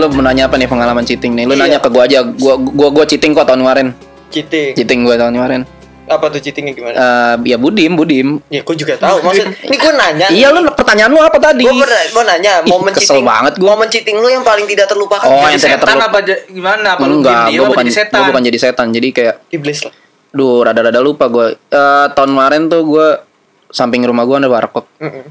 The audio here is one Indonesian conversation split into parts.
lu mau nanya apa nih pengalaman cheating nih? Lu Iya. nanya ke gua aja. Gua cheating kok tahun kemarin. Cheating. Gua tahun kemarin. Apa tuh cheatingnya gimana? Ya budim. Ya gue juga tahu. Maksud ini gue nanya. Iya, lu pertanyaan lu apa tadi? Gue nanya Ih, momen kesel cheating. banget gua. Momen cheating lu yang paling tidak terlupakan. Oh, Jadi yang tidak setan apa gimana? Apa lu Enggak, diem apa jadi setan? Gua bukan jadi setan. Jadi kayak Iblis lah. duh, rada-rada lupa gua. Tahun kemarin tuh gua samping rumah gua ada warkop.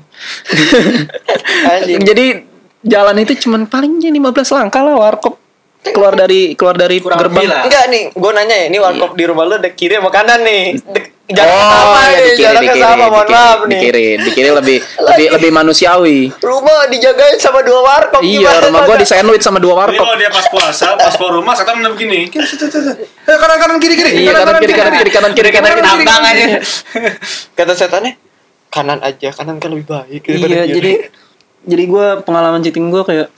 Anjing. Jadi jalan itu cuman palingnya 15 langkah lah warkop. Keluar dari Kurang gerbang. lebih lah. Enggak nih, gue nanya ya, ini warkop di rumah lu ada kiri sama kanan nih. Jangan Oh, ya di kiri, mohon maaf nih. di kiri lebih manusiawi. Rumah dijagain sama dua warkop. Iya, rumah gua di sandwich sama 2 Jadi warkop. kalau dia pas puasa, pas keluar rumah, setan udah begini. Kanan kiri. Iya, kanan kiri. Tambang aja. Kata setannya, kanan aja, kanan kan lebih baik. Iya, jadi gua pengalaman cheating gua kayak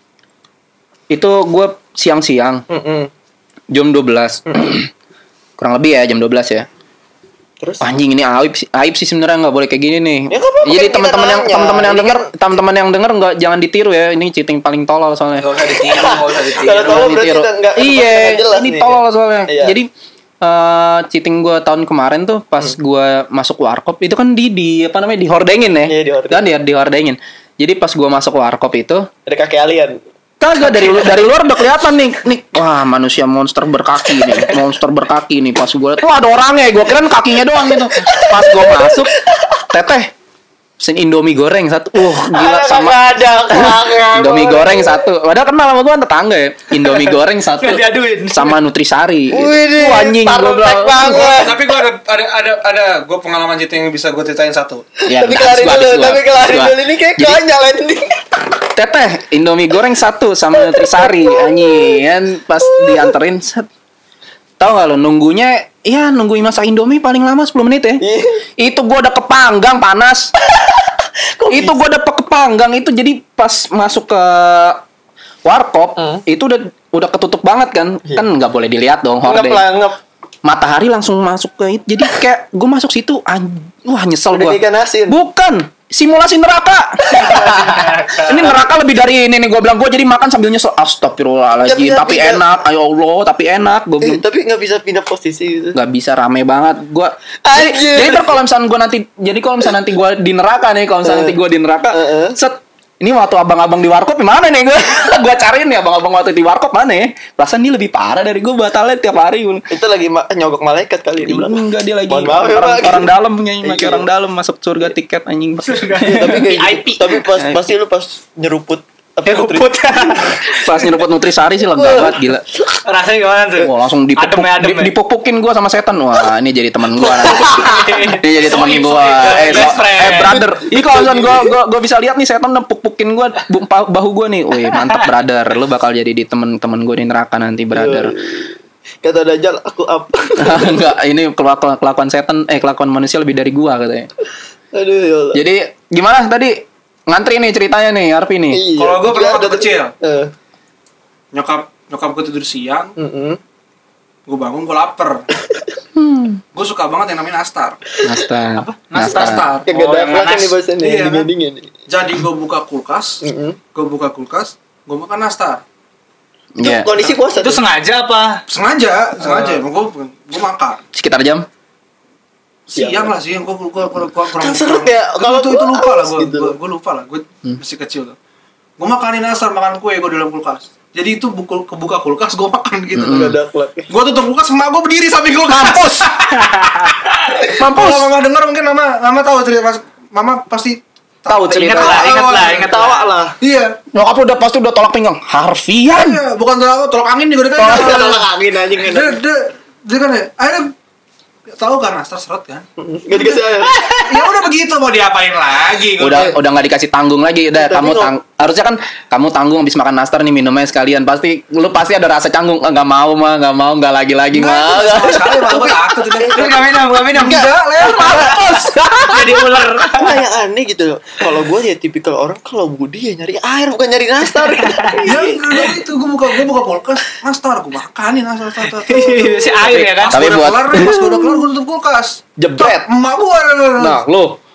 itu gua siang-siang jam 12. Kurang lebih ya jam 12 ya. Terus? Anjing, ini aib sih sebenarnya, nggak boleh kayak gini nih. Ya, nggak apa-apa, Jadi kan teman-teman kita yang nanya. teman-teman yang denger nggak, jangan ditiru ya. Ini cheating paling tolol soalnya. Gak usah ditiru. Kalau tolol Jangan berarti ditiru. nggak Iya, jelas ini nih. tolol soalnya. Iya. Jadi cheating gue tahun kemarin tuh pas gue masuk warkop itu kan di apa namanya dihordengin ya. Iya, dihordengin. Kan dihordengin. Jadi pas gue masuk warkop itu Ada kakek alien. kagak dari luar udah kelihatan nih wah manusia monster berkaki nih pas gue liat wah ada orangnya, gue kira kakinya doang gitu. Pas gue masuk teteh pesen Indomie goreng satu, gila sama Indomie goreng satu, padahal kenal sama gue tetangga ya. Indomie goreng satu Diaduin. sama Nutrisari. Wih, Anjing gue bilang. Tapi gue ada gue pengalaman cheating yang bisa gue ceritain satu. Ya, Tapi kelarin dulu, ini kayak Jadi, konyol ini. teteh Indomie goreng satu sama Nutrisari anjing kan pas dianterin set. Tahu gak lo nungguin masak Indomie paling lama 10 menit ya. Itu gua udah kepanggang panas. Itu gua udah kepanggang itu, jadi pas masuk ke warkop itu udah ketutup banget kan. Kan nggak boleh dilihat dong hordeng. Matahari langsung masuk ke itu. Jadi kayak gue masuk situ, wah nyesel gue. Bukan, simulasi neraka. Ini neraka lebih dari ini nih, gue bilang. Gue jadi makan sambil nyesel. Astagfirullahaladzim. Ya, tapi enak, ayo Allah, tapi enak. Gue bilang. Tapi nggak bisa pindah posisi gitu. Nggak bisa, rame banget. Gue. Jadi kalau misalnya gue nanti gue di neraka nih, kalau misalnya nanti gue di neraka, set. Ini waktu abang-abang di warkop mana nih gue? Gue cariin nih abang-abang waktu di warkop mana ya? Perasaan dia lebih parah dari gue, batalnya tiap hari. Itu lagi nyogok malaikat kali. Dia bilang enggak, dia lagi orang dalam nyanyi orang dalam masuk surga tiket anjing. Tapi kayak gitu. Tapi pasti lu pas nyeruput pas nyeruput Nutrisari sih lega banget, gila. Rasanya gimana tuh? Wah, langsung dipupukin gue sama setan. Wah, ini jadi teman gue. Ini jadi teman gue. Brother. Ini kalau misalnya gue bisa lihat nih setan nepuk-pukin gue bahu gue nih. Wih, mantap brother. Lu bakal jadi di teman-teman gue di neraka nanti, brother. Kata Dajjal, aku up. Enggak, ini kelakuan setan, kelakuan manusia lebih dari gue katanya. Aduh, ya Allah. Jadi gimana tadi? Ngantri nih ceritanya nih, Arfi nih. Iya. Kalau gue pernah waktu kecil, Eh. nyokap gue tidur siang, gue bangun, gue lapar. Gue suka banget yang namanya nastar. Nastar. Nastar. Kayak gak ada yang kelasnya nanas. nih bahasanya. Iya, kan? Dingin-dingin. Jadi gue buka kulkas, gue makan nastar. Iya. Kondisi puasa Itu tuh. sengaja apa? Sengaja, gue makan. Sekitar jam? Siang gue kurang Kan seret ya, kalau itu gua lupa lah aus gitu. gue lupa lah, gue masih kecil tuh. Gue makanin nastar, makan kue gue di dalam kulkas. Jadi itu kebuka kulkas gue makan gitu. Gak ada akhlak. Gue tutup kulkas, emak gue berdiri samping kulkas. Mampus. Kalau nggak dengar mungkin mama tahu cerita, mama pasti Tahu cerita. Ingat Tawa lah. Iya. Nyokap udah pasti udah tolak pinggang. Harfian. Iya, bukan tolak angin juga dia kan. Tolak angin anjing. Dia kan ya, akhirnya tahu kan nastar seret kan. Gak dikasih air. Ya udah begitu, mau diapain lagi? Udah nggak dikasih tanggung lagi. Udah Tapi harusnya kan kamu tanggung habis makan nastar nih, minumnya sekalian. Lu pasti ada rasa canggung. Nggak mau nggak lagi mah. Sekali malah gue takut itu. Gak minum. Enggak, Mampus. Jadi ular. Nah, yang aneh gitu loh. Kalau gue ya tipikal orang kalau Budi ya nyari air bukan nyari nastar. Ya itu gue buka kulkas, nastar gue makanin nastar. Si air ya kan. Tapi Pas gue udah kelar, gue tutup kulkas. Jebret. Emak gue. Nah, lu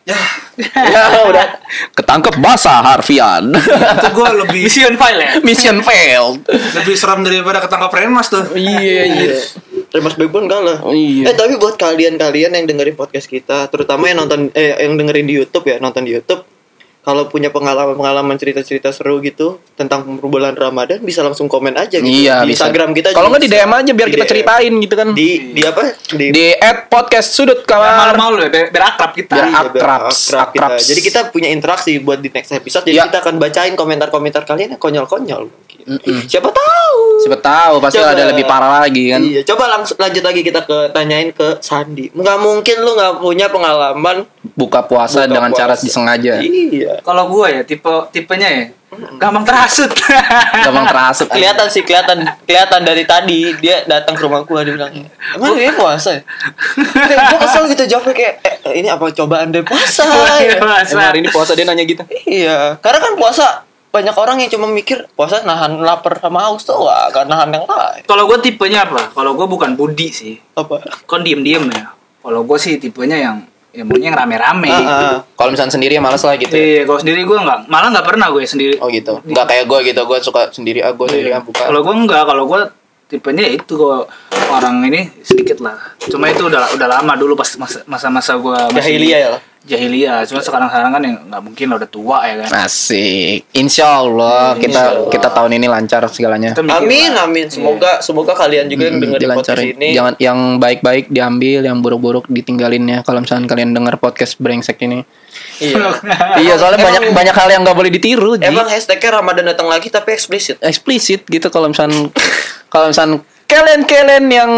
Ya, Ya udah. Ketangkep basah Harfian. itu gue lebih Mission file ya. Mission failed. lebih seram daripada ketangkap Remas tuh. Iya. Remas Backbone kalah. Oh, iya. Tapi buat kalian yang dengerin podcast kita, terutama yang nonton yang dengerin di YouTube ya, nonton di YouTube, kalau punya pengalaman cerita-cerita seru gitu tentang bulan Ramadan bisa langsung komen aja gitu. Iya, Di bisa. Instagram kita. Kalau juga nggak di bisa. DM aja biar Di kita DM. ceritain gitu kan. Di apa? Di @podcast sudut kamar. Malu-malu ya, biar akrab kita. Biar Iya, akrabs. kita. Jadi kita punya interaksi buat di next episode. Jadi Ya. kita akan bacain komentar-komentar kalian yang konyol-konyol. Siapa tahu. Siapa tahu pasti Coba. ada lebih parah lagi kan. Iya, coba lanjut lagi kita tanyain ke Sandi. Nggak mungkin lu nggak punya pengalaman Buka puasa buka dengan cara puasa. disengaja. Iya. Kalau gue ya tipenya ya gampang terhasut. Gampang terasuk. Kelihatan dari tadi dia datang ke rumah gua, dia bilang, "Emang ini puasa ya?" Kayak gua kesel gitu jawabnya kayak ini apa cobaan dari puasa. Ya? Emang hari ini puasa dia nanya gitu. Iya, karena kan puasa banyak orang yang cuma mikir puasa nahan lapar sama haus tuh, wah, gak nahan yang lain. Kalau gue tipenya apa? Kalau gue bukan Budi sih. Apa? Kon diem ya. Kalau gue sih tipenya yang maunya yang rame-rame. Kalau misalnya sendiri ya males lah gitu. Iya, kalau sendiri gue malah nggak pernah gue sendiri. Oh gitu. Enggak kayak gue gitu. Gue suka sendiri. Gue sendiri buka. Kalau gue enggak, kalau gue tipenya ya itu kok orang ini sedikit lah. Cuma itu udah lama dulu pas masa-masa gue Jahiliyah ya lah. Jahiliyah. Cuma sekarang kan ya nggak mungkin lah, udah tua ya kan. Asik. Insya Allah kita tahun ini lancar segalanya. Kita mikir lah. Amin. Semoga kalian juga yang dengerin podcast Dilancarin. ini. Jangan yang baik-baik diambil, yang buruk-buruk ditinggalin ya. Kalau misalnya kalian denger podcast brengsek ini. Iya. Iya, soalnya banyak hal yang nggak boleh ditiru. Ji. Emang hashtagnya Ramadan datang lagi tapi eksplisit. Eksplisit gitu kalau misalnya kalian yang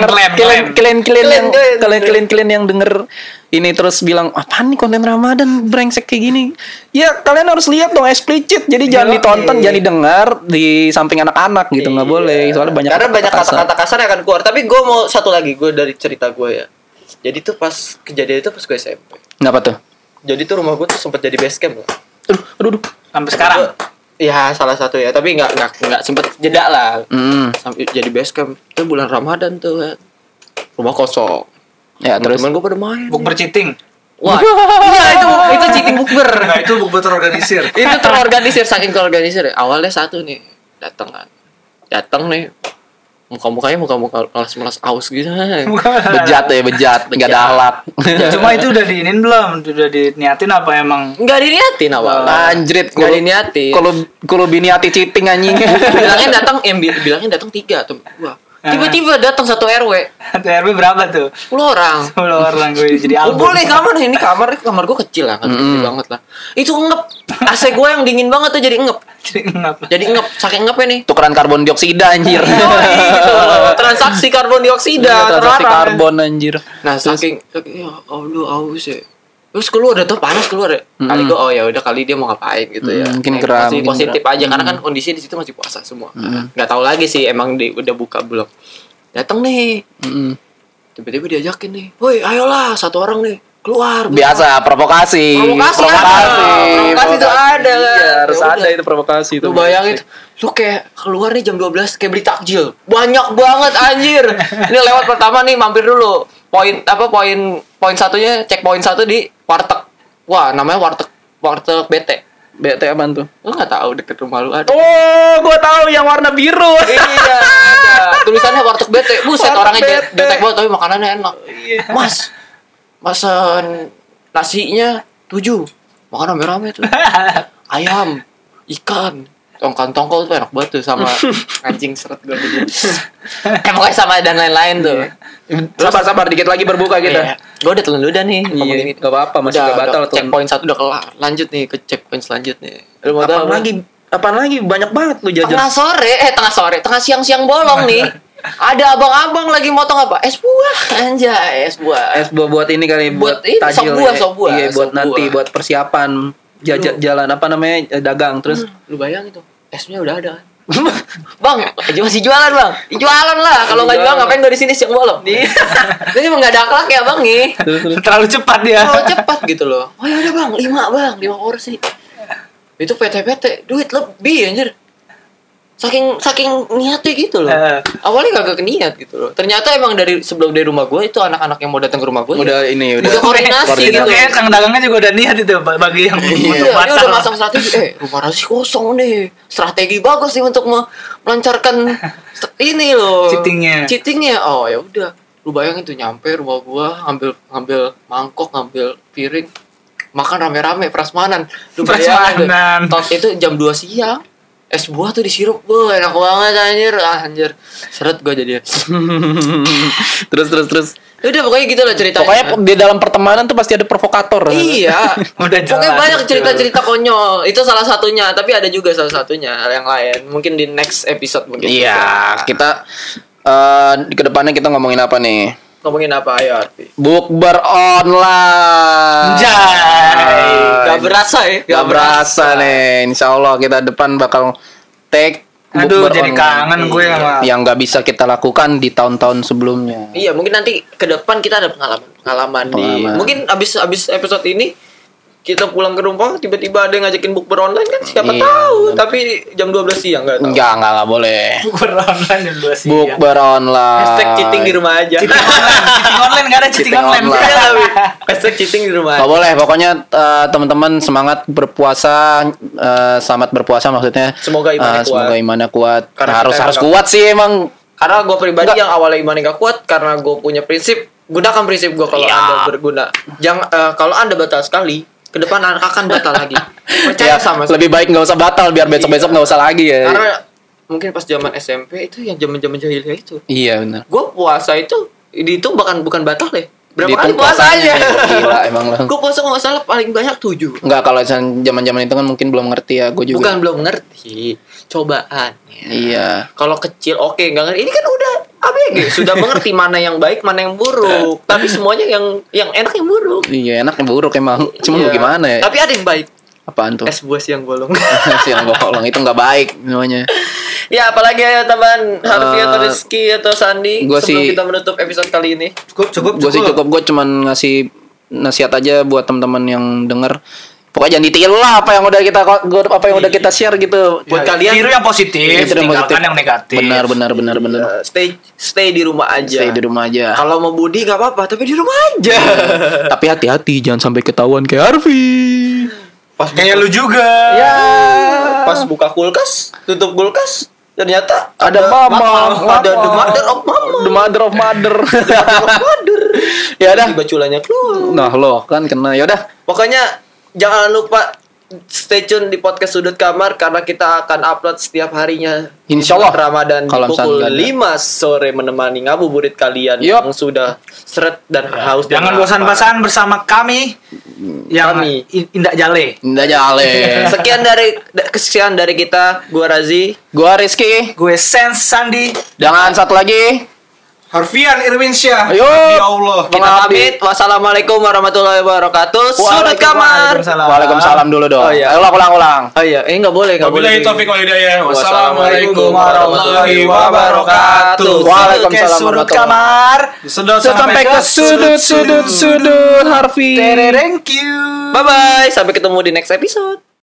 kalian yang denger ini terus bilang apaan nih konten Ramadan brengsek kayak gini, ya kalian harus lihat dong eksplisit, jadi jangan ditonton, jangan didengar di samping anak-anak gitu, nggak boleh soalnya banyak kata-kata kasar yang akan keluar. Tapi gue mau satu lagi, gue dari cerita gue ya. Jadi tuh pas kejadian itu pas gue SMP. Kenapa tuh? Jadi tuh rumah gue tuh sempat jadi base camp lah. Aduh. Sampai sekarang. Ya salah satu ya, tapi nggak sempet jeda lah. Sampai jadi base camp itu bulan Ramadan tuh kan. Rumah kosong. Ya terus Teman gue pada main. Bukber cheating. Wah, iya itu cheating bukber. Nah, itu bukber terorganisir. Itu terorganisir, saking terorganisir. Awalnya satu nih, datang nih. Muka-mukanya muka melas aus gitu. bejat, nggak ada alat. Cuma itu udah diinin belum? Udah diniatin apa emang? Enggak diniatin awal. Anjrit, Enggak diniatin. Kalau biniati cheating anjing. bilangnya datang 3 atau gua. Tiba-tiba datang satu RW. TRW berapa tuh? 10 orang. 10 orang gue jadi album. Boleh kamar kamar gua kecil lah kan, gede banget lah. Itu ngep. AC gua yang dingin banget tuh jadi ngep. Jadi ngep, saking ngepnya nih. Tukeran karbon dioksida anjir. Gitu loh. Transaksi karbon dioksida Transaksi terlarang. karbon anjir. Nah, saking ya Allah aus ya. Terus keluar tuh panas keluar ya. Kali gua ya udah kali dia mau ngapain gitu ya. Mungkin Masih mungkin positif aja karena kan kondisi di situ masih puasa semua. Enggak tahu lagi sih emang udah buka belum. Datang nih. Tiba-tiba diajakin nih. "Woi, ayolah satu orang nih keluar." Biasa provokasi Provokasi itu ada kan. Iya, harus Ya ada udah. itu provokasi itu. Lu bayangin, lu kayak keluar nih jam 12 kayak beli takjil. Banyak banget anjir. Ini lewat pertama nih mampir dulu. Poin satunya, cek poin 1 di warteg. Wah, namanya warteg BT. BT apaan tuh? Lu enggak tahu deket rumah lu ada. Oh, gua tahu yang warna biru. Iya, ada. Tulisannya warteg BT. Buset, Warteg orangnya BT. jutek banget tapi makanannya enak. Mas, masan nasinya 7. Makan rame-rame tuh. Ayam, ikan, tongkol tuh enak banget tuh sama anjing seret gue gitu. Pokoknya sama dan lain-lain tuh. Sabar dikit lagi berbuka kita. Iya. Gue udah telan udah nih. ngomongin Iya, itu. enggak apa-apa, masih enggak batal tuh. Checkpoint 1 udah kelar. Lanjut nih ke checkpoint selanjutnya. Lu mau tahu? Apaan lagi? Banyak banget lu jajan. Tengah siang bolong nih. Ada abang-abang lagi motong apa? Es buah, anjay, es buah. Es buah buat ini kali, buat Buat ini, tajil. sop buah. Iya, buat Sop nanti buah. buat persiapan jalan apa namanya? Dagang terus. Lu bayangin tuh, esnya udah ada kan. Bang, masih jualan bang. Jualan lah. Kalau nggak jualan ngapain gue di sini siang bolong? Ini emang nggak ada akhlak ya bang nih. Terlalu cepat dia. Kalau cepat gitu loh. Oh ya udah bang, 5 porsi. Itu PT duit lebih anjir. saking niatnya gitu loh. Awalnya kagak niat gitu loh. Ternyata emang sebelum dari rumah gue itu anak-anak yang mau datang ke rumah gue. Udah ini udah koordinasi gitu. Kayak Kang dagangnya juga udah niat itu bagi yang untuk Iya, dia batal. udah masang strategi. Rumah Razi kosong nih. Strategi bagus nih untuk melancarkan ini loh. Cheatingnya. Oh ya udah. Lu bayangin tuh nyampe rumah gua, ngambil mangkok, ngambil piring, makan rame-rame prasmanan. Lu bayangin tuh, itu jam 2 siang. Es buah tuh disirup, enak banget anjir. Seret gua jadi. terus. Udah pokoknya gitu lah ceritanya. Pokoknya di dalam pertemanan tuh pasti ada provokator. Iya. Udah Pokoknya banyak cerita-cerita konyol. Itu salah satunya, tapi ada juga salah satunya yang lain. Mungkin di next episode mungkin. Iya, kita ke depannya kita ngomongin apa nih? Ngomongin apa ayo Arfi? Bukber online. Jai. Gak berasa ya? Gak berasa nih. Insya Allah kita depan bakal take. Aduh, bukber jadi online. kangen gue sama Yang gak bisa kita lakukan di tahun-tahun sebelumnya. Iya, mungkin nanti ke depan kita ada pengalaman di. Mungkin abis episode ini kita pulang ke rumah tiba-tiba ada yang ngajakin bukber online kan siapa Iya, tahu. Tapi jam 12 siang enggak tahu. Enggak boleh. bukber online jam 2 siang. Bukber online. Hashtag cheating di rumah aja. Cheating online enggak ada cheating online. Iya, tapi hashtag cheating di rumah Gak aja. boleh, pokoknya teman-teman semangat berpuasa, selamat berpuasa maksudnya. Semoga imannya kuat. Semoga imannya kuat. Karena harus kita harus emang kuat sih emang. Karena gue pribadi yang awalnya imannya gak kuat karena gue punya prinsip, gunakan prinsip gue kalau Iya. Anda berguna. Jangan kalau Anda batal sekali, ke depan akan batal lagi. Percaya Ya, sama saya. lebih baik nggak usah batal biar besok-besok nggak usah lagi ya. Karena mungkin pas zaman SMP itu yang zaman jahiliyah itu. Iya benar. Gue puasa itu bukan batal deh. Berapa Dihitung kali puasanya? Gila emang lah. Gue puasa nggak salah paling banyak 7. Enggak, kalau zaman-zaman itu kan mungkin belum ngerti ya, gue juga. Bukan belum ngerti cobaannya. Iya. Kalau kecil oke nggak ngerti. Ini kan udah ABG sudah mengerti mana yang baik mana yang buruk. Tapi semuanya yang enak yang buruk. Iya, enak yang buruk emang. Cuman Iya. mau gimana ya? Tapi ada yang baik. Apaan tuh? Es buah siang bolong. Siang bolong itu nggak baik namanya. Ya apalagi ya teman Harvey atau Rizky atau Sandi Gua sebelum sih- kita menutup episode kali ini. Cukup. Gue cuman ngasih nasihat aja buat teman-teman yang denger. Pokoknya jangan ditiru lah apa yang udah kita share gitu. Buat kalian tiru yang positif, Tiru yang tinggalkan positif. yang negatif. Benar. stay di rumah aja. Stay di rumah aja. Kalau mau budi gak apa-apa, tapi di rumah aja. Tapi hati-hati jangan sampai ketahuan kayak Harvey. Pas Kayak lu juga. ya, pas buka kulkas, tutup kulkas, ternyata Ada mama. ada the mother of mama. The mother of mother. Ya udah. Tiba culanya keluar. Nah, lo kan kena. Ya udah. Pokoknya jangan lupa stay tune di podcast Sudut Kamar karena kita akan upload setiap harinya. Insya Allah. Ramadan di Kalau pukul misalnya nggak ada. 5 sore menemani ngabuburit kalian Yup. yang sudah seret dan haus. dan Jangan lapar. bosan-bosan bersama kami yang Kami. Indak Jale. Nggak jale. Kesekian dari kita, gua Razi. Gua Rizky. Gue Sense Sandi. Jangan satu lagi. Harfian Irwinsyah. Ayo. Ya Allah. Kita pamit. Wassalamualaikum warahmatullahi wabarakatuh. Sudut Kamar. Waalaikumsalam dulu dong. Oh, iya. Ayo ulang. Oh iya, nggak boleh. Wabillahi taufiq wal hidayah. Wassalamualaikum warahmatullahi wabarakatuh. Waalaikumsalam Sudut warahmatullahi. Kamar. Sedot Sampai ke sudut Harvey. Thank you. Bye bye. Sampai ketemu di next episode.